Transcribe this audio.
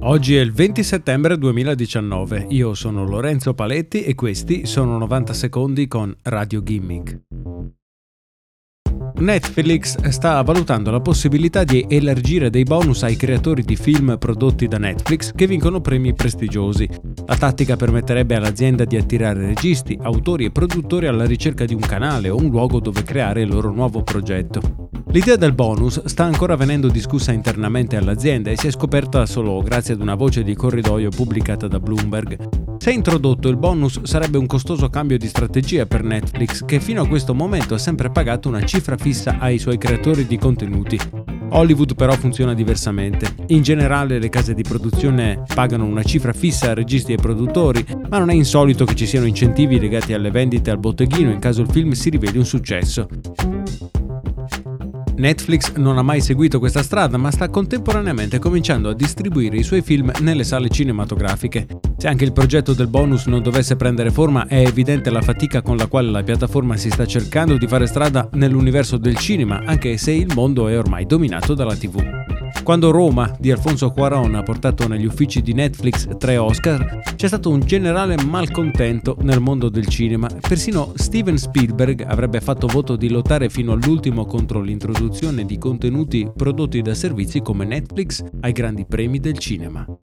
Oggi è il 20 settembre 2019, io sono Lorenzo Paletti e questi sono 90 secondi con Radio Gimmick. Netflix sta valutando la possibilità di elargire dei bonus ai creatori di film prodotti da Netflix che vincono premi prestigiosi. La tattica permetterebbe all'azienda di attirare registi, autori e produttori alla ricerca di un canale o un luogo dove creare il loro nuovo progetto. L'idea del bonus sta ancora venendo discussa internamente all'azienda e si è scoperta solo grazie ad una voce di corridoio pubblicata da Bloomberg. Se introdotto, il bonus sarebbe un costoso cambio di strategia per Netflix, che fino a questo momento ha sempre pagato una cifra fissa ai suoi creatori di contenuti. Hollywood però funziona diversamente. In generale le case di produzione pagano una cifra fissa a registi e produttori, ma non è insolito che ci siano incentivi legati alle vendite al botteghino in caso il film si riveli un successo. Netflix non ha mai seguito questa strada, ma sta contemporaneamente cominciando a distribuire i suoi film nelle sale cinematografiche. Se anche il progetto del bonus non dovesse prendere forma, è evidente la fatica con la quale la piattaforma si sta cercando di fare strada nell'universo del cinema, anche se il mondo è ormai dominato dalla TV. Quando Roma di Alfonso Cuarón ha portato negli uffici di Netflix 3 Oscar, c'è stato un generale malcontento nel mondo del cinema. Persino Steven Spielberg avrebbe fatto voto di lottare fino all'ultimo contro l'introduzione di contenuti prodotti da servizi come Netflix ai grandi premi del cinema.